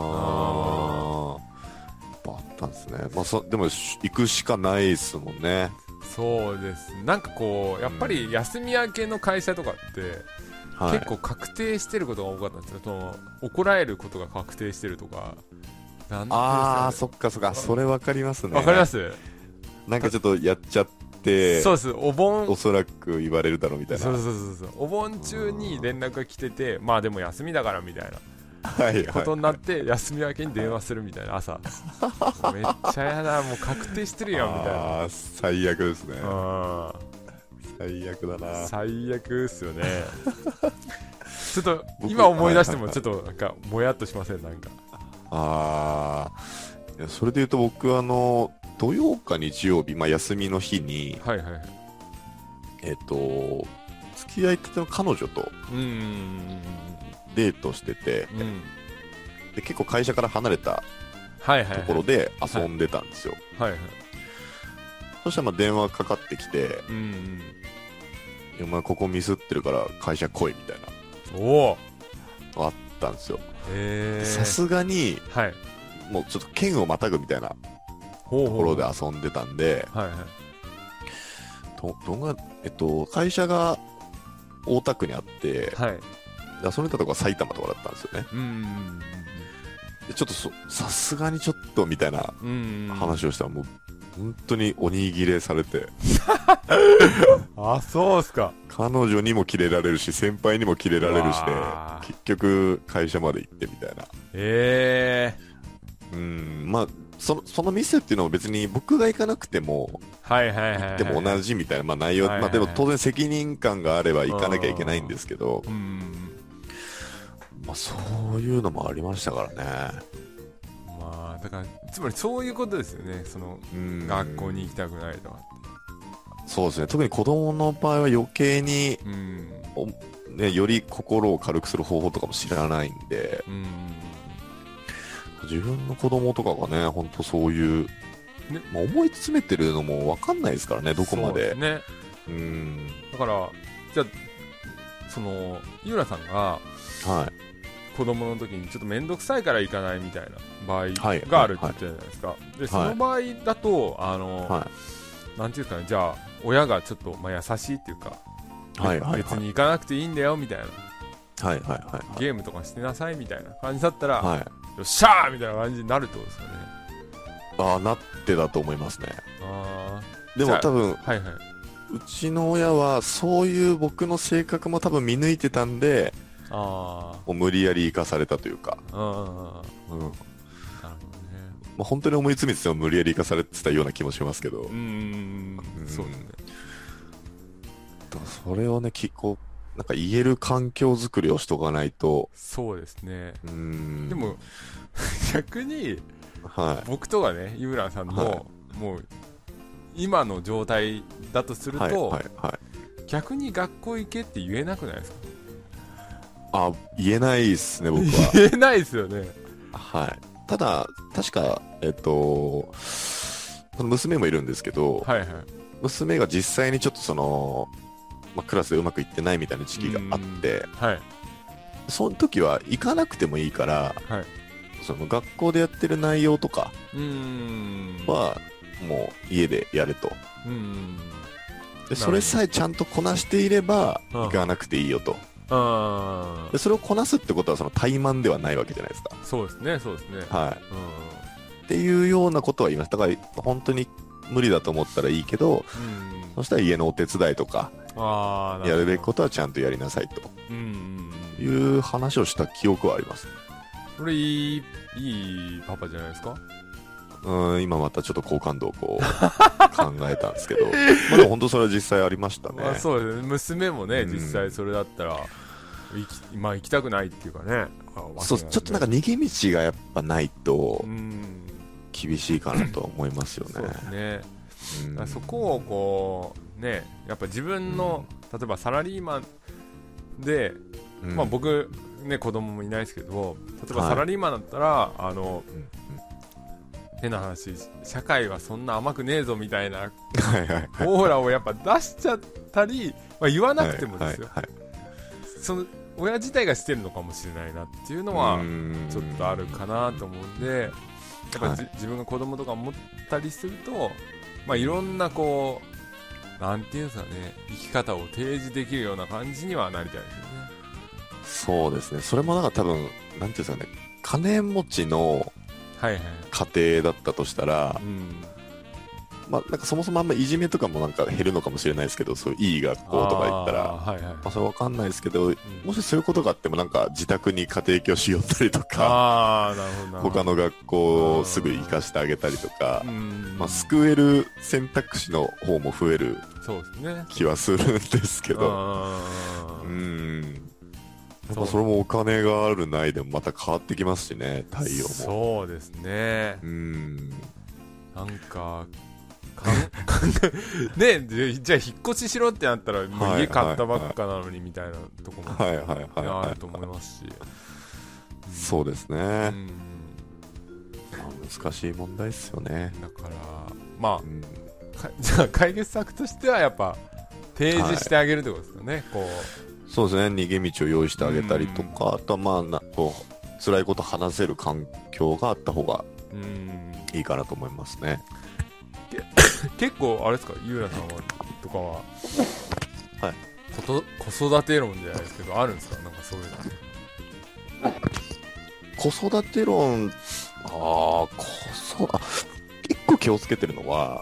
あったんですね。まあでも行くしかないですもんね。 そうです。なんかこうやっぱり休み明けの会社とかって、結構確定してることが多かったんですよ。その怒られることが確定してるとか。 そっかそっか、それ分かりますね。 分かります。 なんかちょっとやっちゃって、 そうです。おそらく言われるだろうみたいな。 そうお盆中に連絡が来てて、まあでも休みだからみたいなことになって、休み明けに電話するみたいな。朝めっちゃやだ、もう確定してるやんみたいな。 最悪ですね。最悪だな。 最悪っすよね。ちょっと今思い出してもちょっとなんかもやっとしません？なんかいやそれでいうと僕土曜か日曜日、まあ、休みの日に、付き合いたての彼女とデートしてて、で結構会社から離れたところで遊んでたんですよ。そしたらまあ電話かかってきて、お前ここミスってるから会社来いみたいなあったんですよ。さすがに、もうちょっと県をまたぐみたいなところで遊んでたんで、会社が大田区にあって、遊んでたところは埼玉とかだったんですよね。でちょっとさすがにちょっとみたいな話をしたらもう本当に鬼切れされてそうっすか。 彼女にもキレられるし先輩にもキレられるしで、結局会社まで行ってみたいな。まあその店っていうのは別に僕が行かなくても行っても同じみたいな、まあ、内容、まあ、でも当然責任感があれば行かなきゃいけないんですけど、まあ、そういうのもありましたからね。 まあだからつまりそういうことですよね。その学校に行きたくないとかって。 そうですね。特に子供の場合は余計に、ね、より心を軽くする方法とかも知らないんで、自分の子供とかがね、本当そういう、ね、まあ、思い詰めてるのも分かんないですからね、どこまで。 そうですね。だから、じゃあ、井浦さんが、子供の時にちょっと面倒くさいから行かないみたいな場合があるって言ってたじゃないですか。で、その場合だと、なんていうかね、じゃあ、親がちょっと、まあ、優しいっていうか、別に行かなくていいんだよみたいな、ゲームとかしてなさいみたいな感じだったら、よっしゃーみたいな感じになるってことですよね。 なってだと思いますね。でも多分、うちの親はそういう僕の性格も多分見抜いてたんで、もう無理やり生かされたというか、まあ、本当に思い詰めてても無理やり生かされてたような気もしますけど、そうですね。それをね、こうなんか言える環境づくりをしとかないと。 そうですね。でも逆に、僕とかね、井浦さんの、もう今の状態だとすると、逆に学校行けって言えなくないですか？ 言えないですね、僕は。 言えないですよね。 ただ、確か、娘もいるんですけど、娘が実際にちょっとクラスでうまくいってないみたいな時期があって、その時は行かなくてもいいから、学校でやってる内容とかはもう家でやれと。でそれさえちゃんとこなしていれば行かなくていいよと。でそれをこなすってことは怠慢ではないわけじゃないですか。 そうですね、そうですね。 っていうようなことは言います。だから本当に無理だと思ったらいいけど、そしたら家のお手伝いとかやるべきことはちゃんとやりなさいという話をした記憶はあります。 これいいパパじゃないですか。 今またちょっと好感度をこう考えたんですけど、でも本当それは実際ありましたね。 そうですね。娘もね、実際それだったら行きたくないっていうかね。 ちょっとなんか逃げ道がやっぱないと厳しいかなと思いますよね。 そうですね。そこをこうね、やっぱ自分の、例えばサラリーマンで、まあ僕ね、子供もいないですけど、例えばサラリーマンだったら、変な話、社会はそんな甘くねえぞみたいなオーラをやっぱ出しちゃったり、まあ、言わなくてもですよ、その親自体がしてるのかもしれないなっていうのはちょっとあるかなと思うんで、やっぱ自分が子供とか持ったりすると、まあ、いろんなこうなんていうんですかね、生き方を提示できるような感じにはなりたいですよね。 そうですね。それもなんか多分なんていうんですかね、金持ちの家庭だったとしたら、まあなんかそもそもあんまいじめとかもなんか減るのかもしれないですけど、そういういい学校とか行ったら、まあそれわかんないですけど、もしそういうことがあってもなんか自宅に家庭教師寄ったりとか、他の学校をすぐ行かしてあげたりとか、まあ救える選択肢の方も増える気はするんですけど、それもお金があるないでもまた変わってきますしね、対応も。 そうですね。なんかね、じゃあ引っ越ししろってなったらもう家買ったばっかなのにみたいなところもあると思いますし。 そうですね。難しい問題ですよね。 だからまあ、じゃあ解決策としてはやっぱ提示してあげるってことですよね。こうそうですね、逃げ道を用意してあげたりとか、あとはまあこう辛いこと話せる環境があった方がいいかなと思いますね。 結構あれですか、井浦さんはとかは、子育て論じゃないですけどあるんですか、なんかそういうの。 子育て論、結構気をつけてるのは、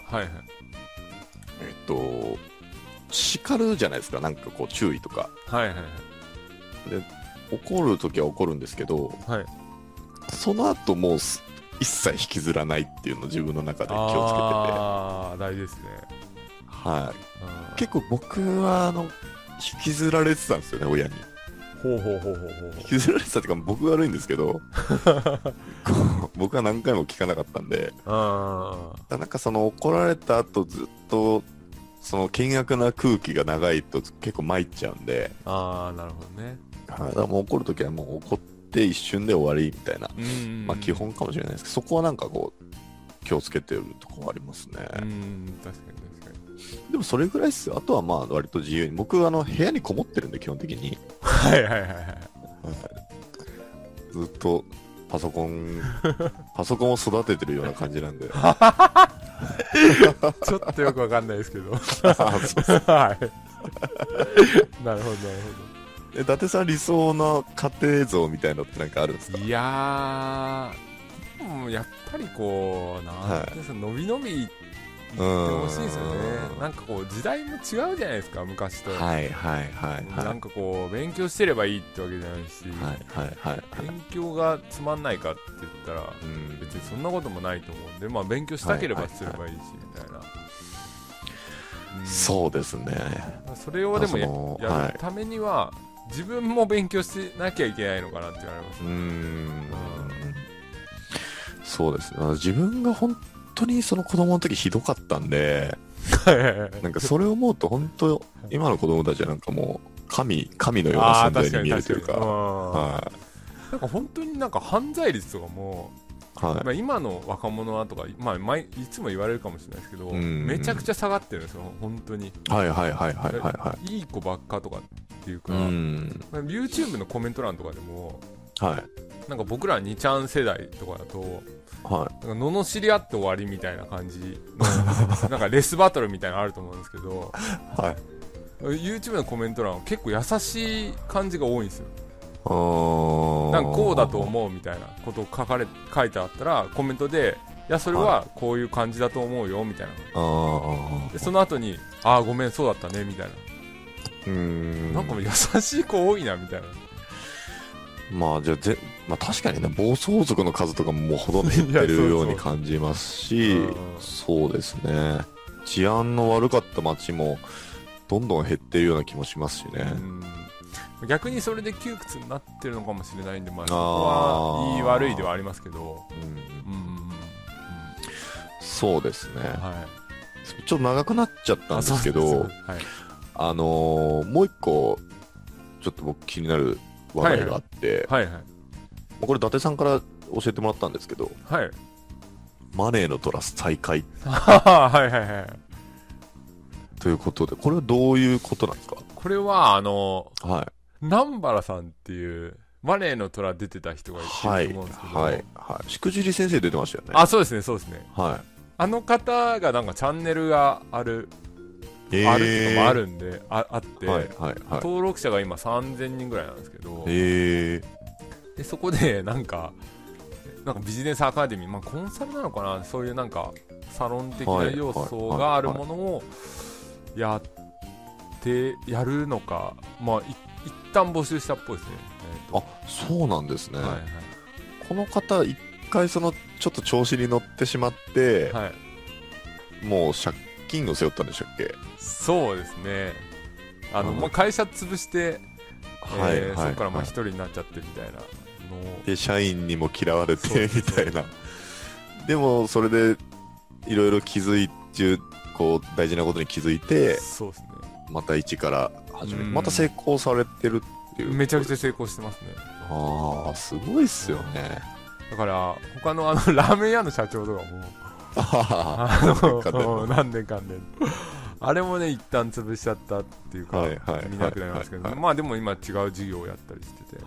叱るじゃないですか、なんかこう注意とか、で怒るときは怒るんですけど、その後もう一切引きずらないっていうのを自分の中で気をつけてて、 大事ですね。 結構僕は引きずられてたんですよね、親に。引きずられてたっていうか僕が悪いんですけど僕は何回も聞かなかったんで、なんか怒られた後ずっとその険悪な空気が長いと結構参っちゃうんで。 ああ、なるほどね。 はい、だからもう怒るときはもう怒って一瞬で終わりみたいな、まあ基本かもしれないですけど、そこはなんかこう気をつけてるところありますね。 確かに確かに。 でもそれぐらいですよ。あとはまあ割と自由に、僕部屋にこもってるんで基本的に。 はいはいはいはい。 ずっとパソコンを育ててるような感じなんで。ちょっとよくわかんないですけど。はい。なるほどなるほど。 伊達さん理想の家庭像みたいのってなんかあるんですか？ いやー、やっぱりこうなんていうんですか、のびのび言ってほしいですよね。なんかこう時代も違うじゃないですか、昔と。 はいはいはい、はい、 なんかこう勉強してればいいってわけじゃないし、 はいはいはい、 勉強がつまんないかって言ったら、別にそんなこともないと思うんで、まあ勉強したければすればいいしみたいな。 そうですね。 それをでもやるためには、自分も勉強しなきゃいけないのかなって言われます。 そうですね。自分が本当にその子供の時ひどかったんで、なんかそれを思うと本当今の子供たちはなんかもう神のような存在に見えるというか、 なんか本当になんか犯罪率とかも、まあ、今の若者はとか、まあ、いつも言われるかもしれないですけど、めちゃくちゃ下がってるんですよ、本当に。 はいはいはいはいはい。 いい子ばっかとかっていうか、YouTube のコメント欄とかでも、なんか僕ら2ちゃん世代とかだと、なんか罵り合って終わりみたいな感じのなんかレスバトルみたいなのあると思うんですけど、YouTube のコメント欄は結構優しい感じが多いんですよ。なんかこうだと思うみたいなことを書いてあったらコメントで、いやそれはこういう感じだと思うよみたいな、でその後にああごめんそうだったねみたいな、なんかもう優しい子多いなみたいな。 まあじゃあまあ、確かにね、暴走族の数とかももうほとんど減ってるように感じますし、そうですね、治安の悪かった街もどんどん減ってるような気もしますしね。 逆にそれで窮屈になってるのかもしれないんで、まあ、そこはいい悪いではありますけど、 そうですね、ちょっと長くなっちゃったんですけど、もう一個ちょっと僕気になる話題があって、これ伊達さんから教えてもらったんですけど、マネーのトラス再開ということで、これはどういうことなんですか？ これは南原さんっていうマネーの虎出てた人がいると思うんですけど、 しくじり先生出てましたよね。 あ、そうですねそうですね。あの方がなんかチャンネルがあるっていうかもあるんで、あって、登録者が今3000人ぐらいなんですけど、でそこでなんかビジネスアカデミー、まあ、コンサルなのかな、そういうなんかサロン的な要素があるものをやるのか、まあ一旦募集したっぽいですね。 あ、そうなんですね。この方一回ちょっと調子に乗ってしまって、もう借金を背負ったんでしたっけ？ そうですね。まあ、会社潰して、そこからまあ一人になっちゃってみたいなので、社員にも嫌われてみたいな。でもそれでいろいろこう大事なことに気づいて、 そうですね、 また一から始める、また成功されてるっていう。 めちゃくちゃ成功してますね。 ああ、すごいっすよね。 だから他のラーメン屋の社長とかも何年かんであれもね一旦潰しちゃったっていうか、見なくなりますけど、まあでも今違う事業をやったりしてて、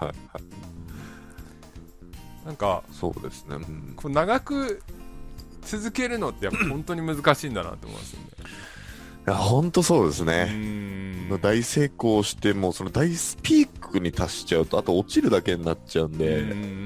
なんかそうですね、 こう長く続けるのってやっぱ本当に難しいんだなと思いますよね。 いや本当そうですね。大成功してもその大ピークに達しちゃうとあと落ちるだけになっちゃうんで、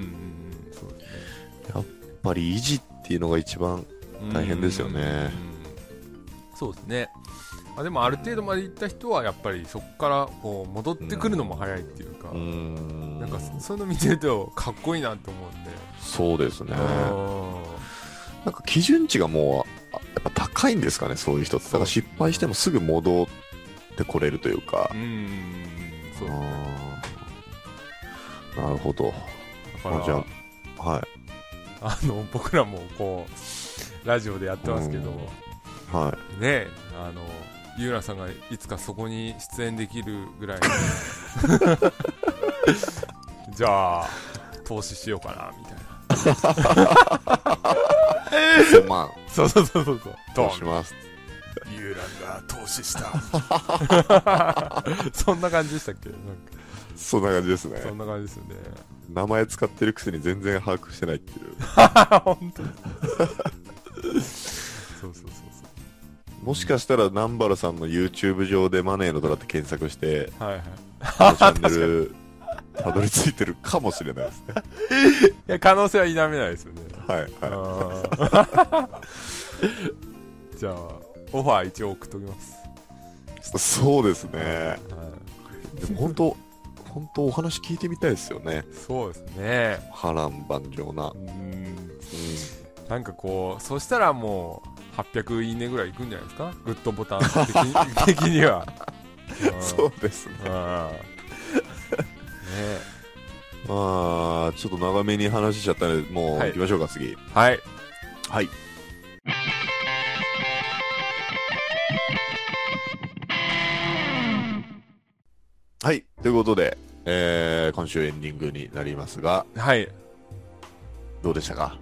やっぱり維持っていうのが一番大変ですよね。 そうですね。でもある程度まで行った人はやっぱりそこからこう戻ってくるのも早いっていうか、なんかそういうの見てるとかっこいいなと思うんで。 そうですね。なんか基準値がもうやっぱ高いんですかね、そういう人って。だから失敗してもすぐ戻ってこれるというか。 そうですね。 なるほど。じゃあ僕らもこうラジオでやってますけど、 ね、ゆうらさんがいつかそこに出演できるぐらいじゃあ投資しようかなみたいな 1000万そう投資します。 ゆうらんが投資したそんな感じでしたっけ？なんかそんな感じですね。 そんな感じですよね。 名前使ってるくせに全然把握してないっていう本当にそうもしかしたら南原さんの YouTube 上でマネーの虎って検索して、 はいはい、 このチャンネルたどり着いてるかもしれないですねいや可能性は否めないですよね。じゃあオファー一応送っときます。 そうですね、でも本当お話聞いてみたいですよね。 そうですね、 波乱万丈な。 なんかこうそしたらもう800いいねぐらいいくんじゃないですか、グッドボタン的にはそうですねまあちょっと長めに話しちゃったのでもう行きましょうか、次。 はいはい、ということで、今週エンディングになりますが、どうでしたか？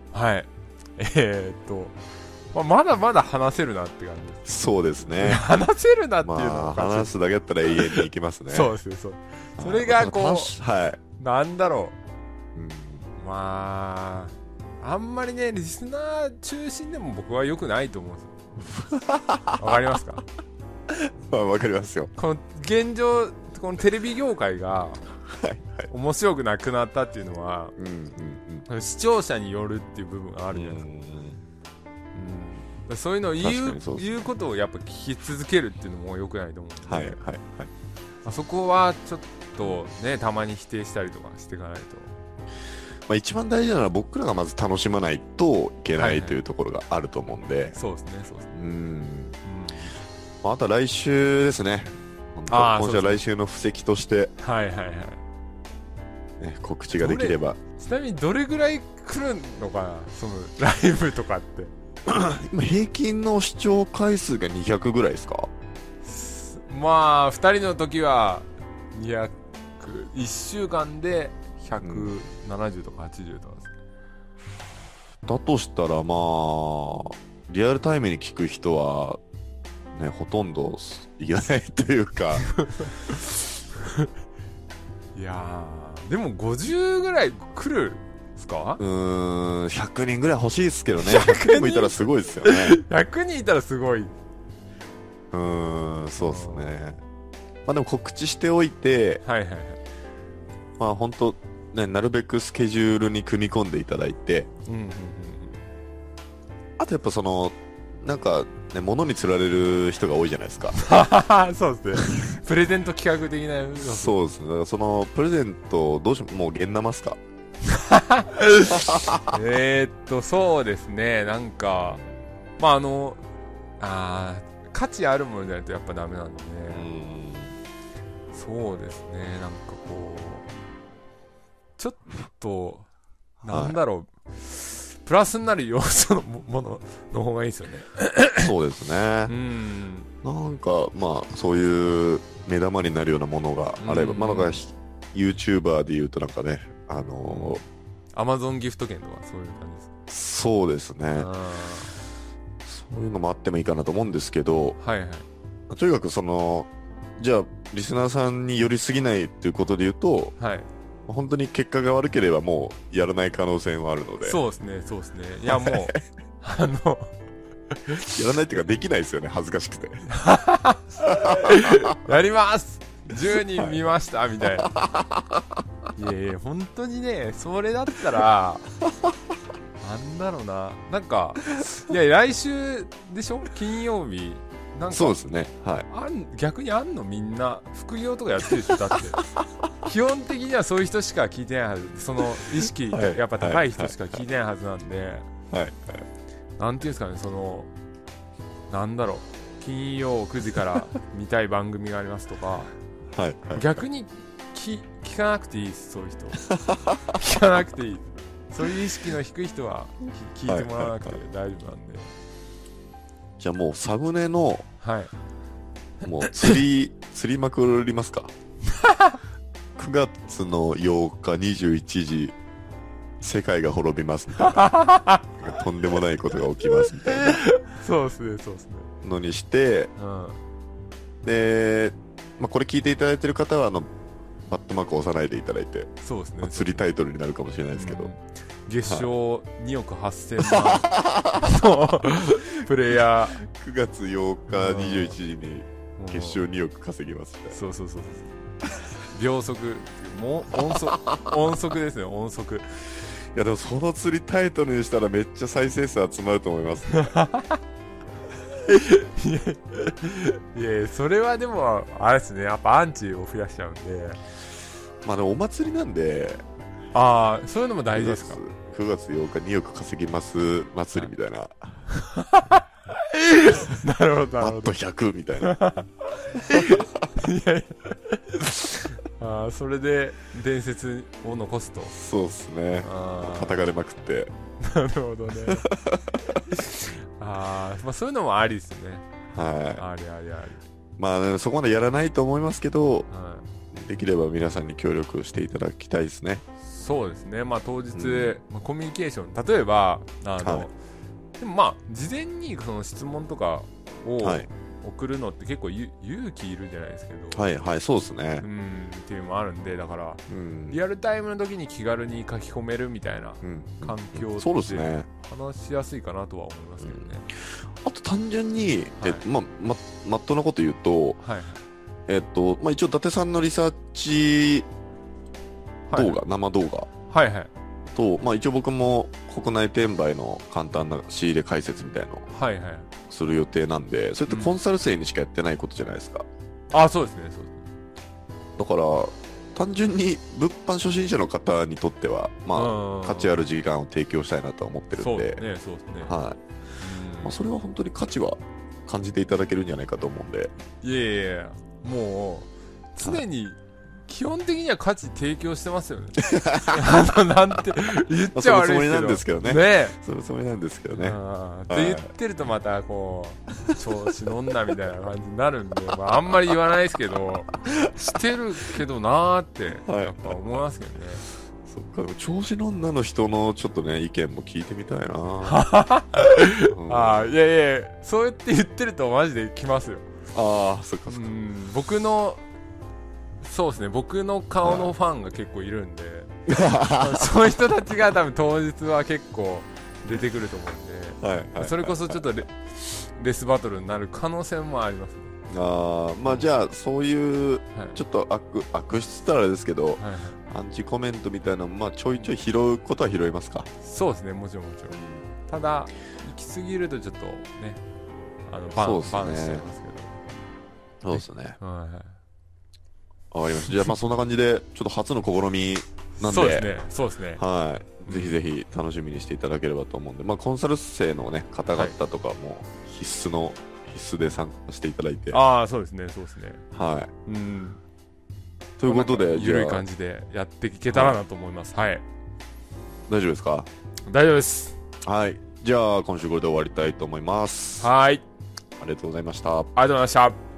まだまだ話せるなって感じです。 そうですね話せるなっていうのは、 話すだけだったら永遠にいきますねそうですよ、それがこう、なんだろう、まああんまりねリスナー中心でも僕は良くないと思うんですよわかりますか？ わかりますよ。 この現状、このテレビ業界が面白くなくなったっていうのは、視聴者によるっていう部分があるじゃないですか。そういうのを言うことをやっぱ聞き続けるっていうのも良くないと思うので、そこはちょっとねたまに否定したりとかしていかないと。 一番大事なのは僕らがまず楽しまないといけないというところがあると思うんで、 そうですね。 あとは来週ですね。今週は来週の布石として告知ができれば。 ちなみにどれぐらい来るのかな、そのライブとかって今平均の視聴回数が200ぐらいですか？ まあ2人の時は200、1週間で170とか80とかですね。 だとしたらまあリアルタイムに聞く人はねほとんどいないというかいやでも50ぐらい来るですか ？100人ぐらい欲しいですけどね。100人もいたらすごいですよね 100人いたらすごい。 そうですね。まあでも告知しておいて、まあ本当ね、なるべくスケジュールに組み込んでいただいて、あとやっぱそのなんかね物に釣られる人が多いじゃないですかそうですねプレゼント企画的なそうですね。だからそのプレゼントどうしもう現生すかそうですね。なんかまあ価値あるものじゃないとやっぱダメなんでね。そうですね。なんかこうちょっとなんだろう、プラスになる要素のものの方がいいですよねそうですね。なんかまあそういう目玉になるようなものがあれば、まあなんか YouTuber でいうとなんかね Amazon ギフト券とかそういう感じです。 そうですね。そういうのもあってもいいかなと思うんですけど、とにかくそのじゃあリスナーさんに寄りすぎないっていうことで言うと、本当に結果が悪ければもうやらない可能性はあるので。 そうですね。いやもうやらないっていうかできないですよね、恥ずかしくてやります10人見ましたみたいな。いや本当にね、それだったらなんだろうな、なんかいや来週でしょ、金曜日なんか。 そうですね。 逆にあんの、みんな副業とかやってるでしょ。だって基本的にはそういう人しか聞いてないはず、その意識やっぱ高い人しか聞いてないはずなんで、なんていうんですかね、そのなんだろう、金曜9時から見たい番組がありますとか逆に聞かなくていいです。そういう人聞かなくていい。そういう意識の低い人は聞いてもらわなくて大丈夫なんで。 じゃあもうサムネの、 はい、 もう釣りまくりますか。9月の8日21時、世界が滅びますみたいな。とんでもないことが起きますみたいな。 そうですね、そうですね。 のにして、で、まあ、これ聞いていただいてる方は、バットマークを押さないでいただいて、 そうですね。 まあ、釣りタイトルになるかもしれないですけど。 月賞2億8000万のプレイヤー。9月8日21時に月賞2億稼ぎますみたいな。 そうそうそう。秒速、もう音速ですね、音速。いやでもその釣りタイトルにしたらめっちゃ再生数集まると思います、ね。 いやそれはでもあれですね、やっぱアンチを増やしちゃうんで。 まあでもお祭りなんで、 ああそういうのも大事ですか。 9月8日2億稼ぎます祭りみたいな。 なるほどあと100みたいな。 いやいや、それで伝説を残すと。 そうっすね。叩かれまくって。 なるほどね。まあそういうのもありですね。 はい。 あり。 まあ、ね、そこまでやらないと思いますけど、できれば皆さんに協力していただきたいですね。 そうですね。まあ当日、コミュニケーション、例えばでもまあ事前にその質問とかを送るのって結構勇気いるじゃないですけど。 はいはい、そうですね。 っていうのもあるんで、だから、リアルタイムの時に気軽に書き込めるみたいな環境って、 そうですね。 話しやすいかなとは思いますけどね。 あと単純に、まっとうなこと言うと、まあ一応伊達さんのリサーチ動画、生動画と、まあ一応僕も国内転売の簡単な仕入れ解説みたいのをする予定なんで、それってコンサル生にしかやってないことじゃないですか。 そうですね、そうですね。だから単純に物販初心者の方にとってはまあ価値ある時間を提供したいなと思ってるんで、 そうですね。 まあそれは本当に価値は感じていただけるんじゃないかと思うんで。 いやもう常に基本的には価値提供してますよね。なんて言っちゃ悪いですけどね。 そのつもりなんですけどね。 って言ってるとまたこう調子乗んなみたいな感じになるんで、まああんまり言わないですけど、してるけどなーってやっぱ思いますけどね。 そっか、でも調子乗んなの人のちょっとね意見も聞いてみたいな。 いやいや、そうやって言ってるとマジで来ますよ。 そっか。 そうですね、僕の顔のファンが結構いるんで、そういう人たちが多分当日は結構出てくると思うんで、それこそちょっとレスバトルになる可能性もありますね。 まあじゃあそういうちょっと悪質ったらあれですけど、アンチコメントみたいなのまあちょいちょい拾うことは拾いますか。 そうですね、もちろん。ただ行き過ぎるとちょっとね、バンしちゃいますけど。 そうですね。わかりました。じゃあまあそんな感じでちょっと初の試みなんで、 そうですね。 ぜひぜひ楽しみにしていただければと思うんで、まあコンサル生のね方々とかも必須で参加していただいて。 そうですね。 ということで緩い感じでやっていけたらなと思います。大丈夫ですか？ 大丈夫です。 じゃあ今週これで終わりたいと思います。 ありがとうございました。 ありがとうございました。